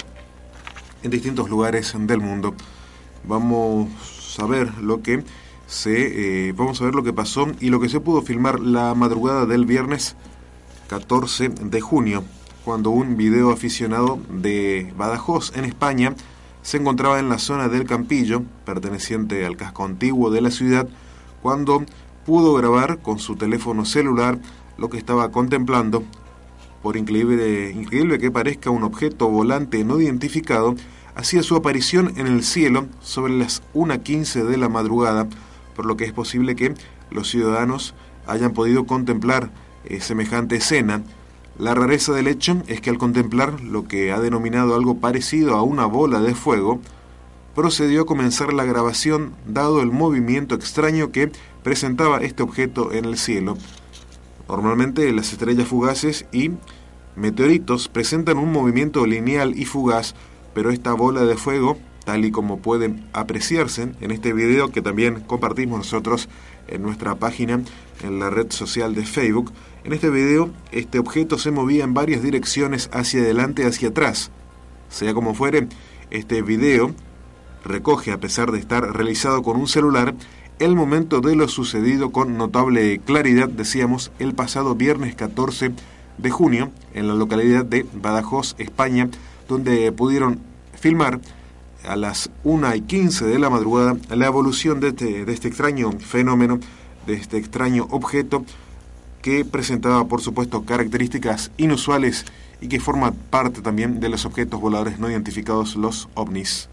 en distintos lugares del mundo. Vamos a ver lo que se, eh, vamos a ver lo que pasó y lo que se pudo filmar la madrugada del viernes catorce de junio, cuando un video aficionado de Badajoz, en España, se encontraba en la zona del Campillo, perteneciente al casco antiguo de la ciudad, cuando pudo grabar con su teléfono celular lo que estaba contemplando. Por increíble, increíble que parezca, un objeto volante no identificado hacía su aparición en el cielo sobre las una quince de la madrugada, por lo que es posible que los ciudadanos hayan podido contemplar eh, semejante escena. La rareza del hecho es que al contemplar lo que ha denominado algo parecido a una bola de fuego, procedió a comenzar la grabación dado el movimiento extraño que presentaba este objeto en el cielo. Normalmente las estrellas fugaces y meteoritos presentan un movimiento lineal y fugaz, pero esta bola de fuego, tal y como pueden apreciarse en este video que también compartimos nosotros en nuestra página, en la red social de Facebook, en este video este objeto se movía en varias direcciones, hacia adelante, hacia atrás. Sea como fuere, este video recoge, a pesar de estar realizado con un celular, el momento de lo sucedido con notable claridad, decíamos, el pasado viernes catorce de junio, en la localidad de Badajoz, España, donde pudieron filmar a las una y quince de la madrugada la evolución de este, de este extraño fenómeno, de este extraño objeto que presentaba, por supuesto, características inusuales y que forma parte también de los objetos voladores no identificados, los ovnis.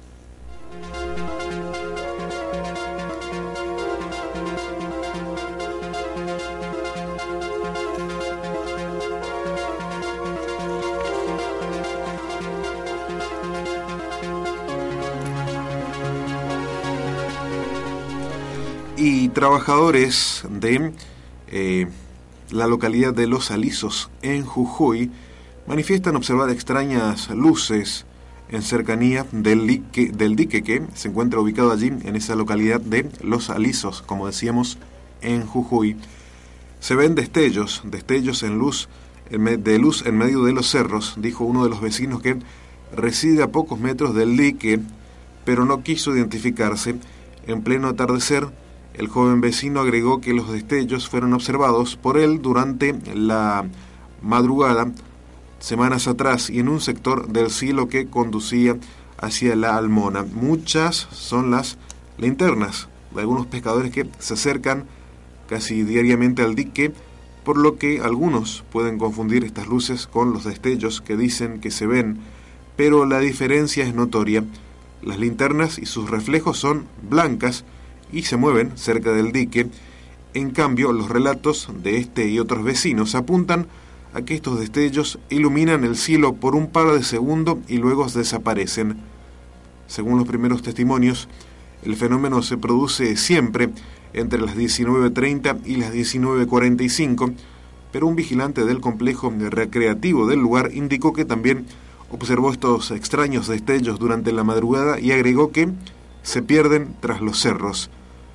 Y trabajadores de eh, la localidad de Los Alisos, en Jujuy, manifiestan observar extrañas luces en cercanía del dique, del dique que se encuentra ubicado allí, en esa localidad de Los Alisos, como decíamos, en Jujuy. Se ven destellos, destellos en luz, en me, de luz en medio de los cerros, dijo uno de los vecinos que reside a pocos metros del dique, pero no quiso identificarse. En pleno atardecer, el joven vecino agregó que los destellos fueron observados por él durante la madrugada, semanas atrás, y en un sector del cielo que conducía hacia la Almona. Muchas son las linternas de algunos pescadores que se acercan casi diariamente al dique, por lo que algunos pueden confundir estas luces con los destellos que dicen que se ven, pero la diferencia es notoria. Las linternas y sus reflejos son blancas y se mueven cerca del dique. En cambio, los relatos de este y otros vecinos apuntan a que estos destellos iluminan el cielo por un par de segundos y luego desaparecen. Según los primeros testimonios, el fenómeno se produce siempre entre las diecinueve treinta y las diecinueve cuarenta y cinco, pero un vigilante del complejo recreativo del lugar indicó que también observó estos extraños destellos durante la madrugada y agregó que se pierden tras los cerros.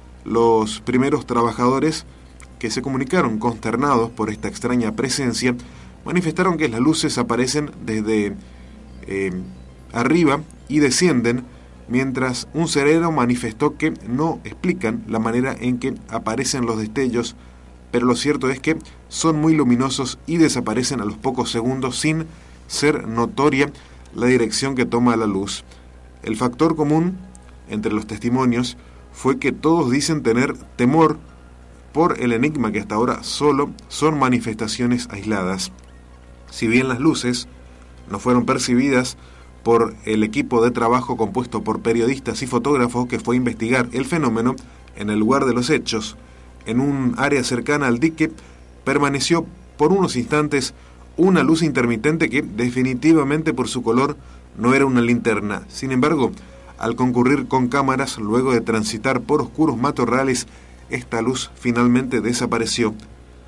Los primeros trabajadores, que se comunicaron consternados por esta extraña presencia, manifestaron que las luces aparecen desde eh, arriba y descienden, mientras un sereno manifestó que no explican la manera en que aparecen los destellos, pero lo cierto es que son muy luminosos y desaparecen a los pocos segundos sin ser notoria la dirección que toma la luz. El factor común entre los testimonios fue que todos dicen tener temor por el enigma que hasta ahora solo son manifestaciones aisladas. Si bien las luces no fueron percibidas por el equipo de trabajo compuesto por periodistas y fotógrafos que fue a investigar el fenómeno en el lugar de los hechos, en un área cercana al dique, permaneció por unos instantes una luz intermitente que definitivamente por su color no era una linterna. Sin embargo, al concurrir con cámaras, luego de transitar por oscuros matorrales, esta luz finalmente desapareció.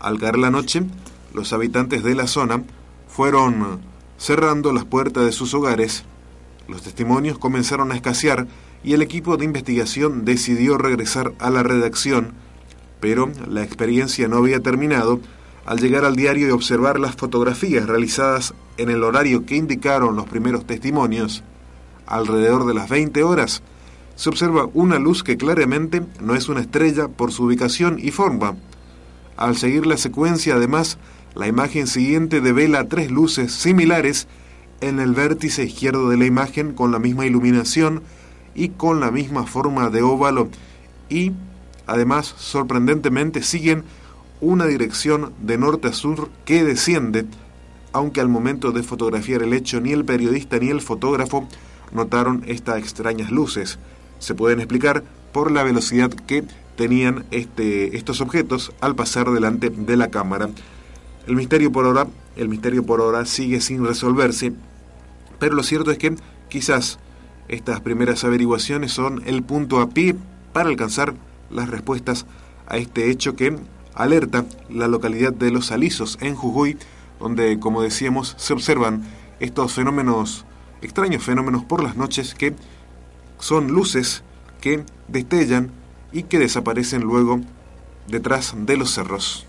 Al caer la noche, los habitantes de la zona fueron cerrando las puertas de sus hogares. Los testimonios comenzaron a escasear y el equipo de investigación decidió regresar a la redacción, pero la experiencia no había terminado. Al llegar al diario y observar las fotografías realizadas en el horario que indicaron los primeros testimonios, alrededor de las veinte horas, se observa una luz que claramente no es una estrella por su ubicación y forma. Al seguir la secuencia, además, la imagen siguiente devela tres luces similares en el vértice izquierdo de la imagen con la misma iluminación y con la misma forma de óvalo y, además, sorprendentemente siguen una dirección de norte a sur que desciende, aunque al momento de fotografiar el hecho ni el periodista ni el fotógrafo notaron estas extrañas luces. Se pueden explicar por la velocidad que tenían este, estos objetos al pasar delante de la cámara. El misterio por ahora, el misterio por ahora sigue sin resolverse, pero lo cierto es que quizás estas primeras averiguaciones son el punto a pie para alcanzar las respuestas a este hecho que alerta la localidad de Los Alisos, en Jujuy, donde, como decíamos, se observan estos fenómenos, extraños fenómenos por las noches que son luces que destellan y que desaparecen luego detrás de los cerros.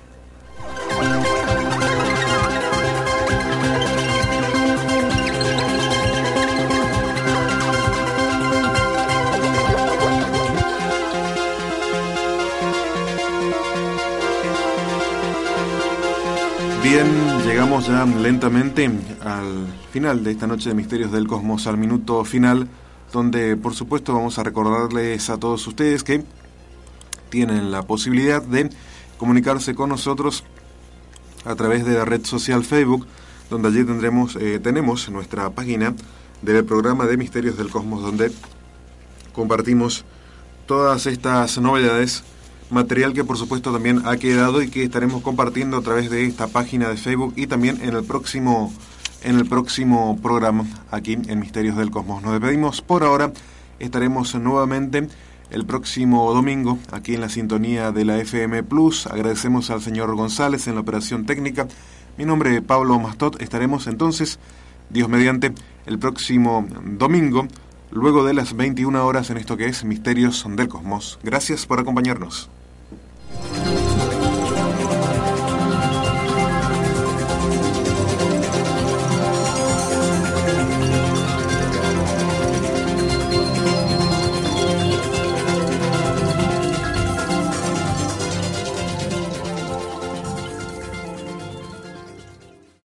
Bien, llegamos ya lentamente al final de esta noche de Misterios del Cosmos, al minuto final, donde por supuesto vamos a recordarles a todos ustedes que tienen la posibilidad de comunicarse con nosotros a través de la red social Facebook, donde allí tendremos eh, tenemos nuestra página del programa de Misterios del Cosmos, donde compartimos todas estas novedades, material que por supuesto también ha quedado y que estaremos compartiendo a través de esta página de Facebook y también en el próximo en el próximo programa aquí en Misterios del Cosmos. Nos despedimos por ahora, estaremos nuevamente el próximo domingo aquí en la sintonía de la F M Plus. Agradecemos al señor González en la operación técnica. Mi nombre es Pablo Mastot. Estaremos entonces, Dios mediante, el próximo domingo, luego de las veintiuna horas en esto que es Misterios del Cosmos. Gracias por acompañarnos.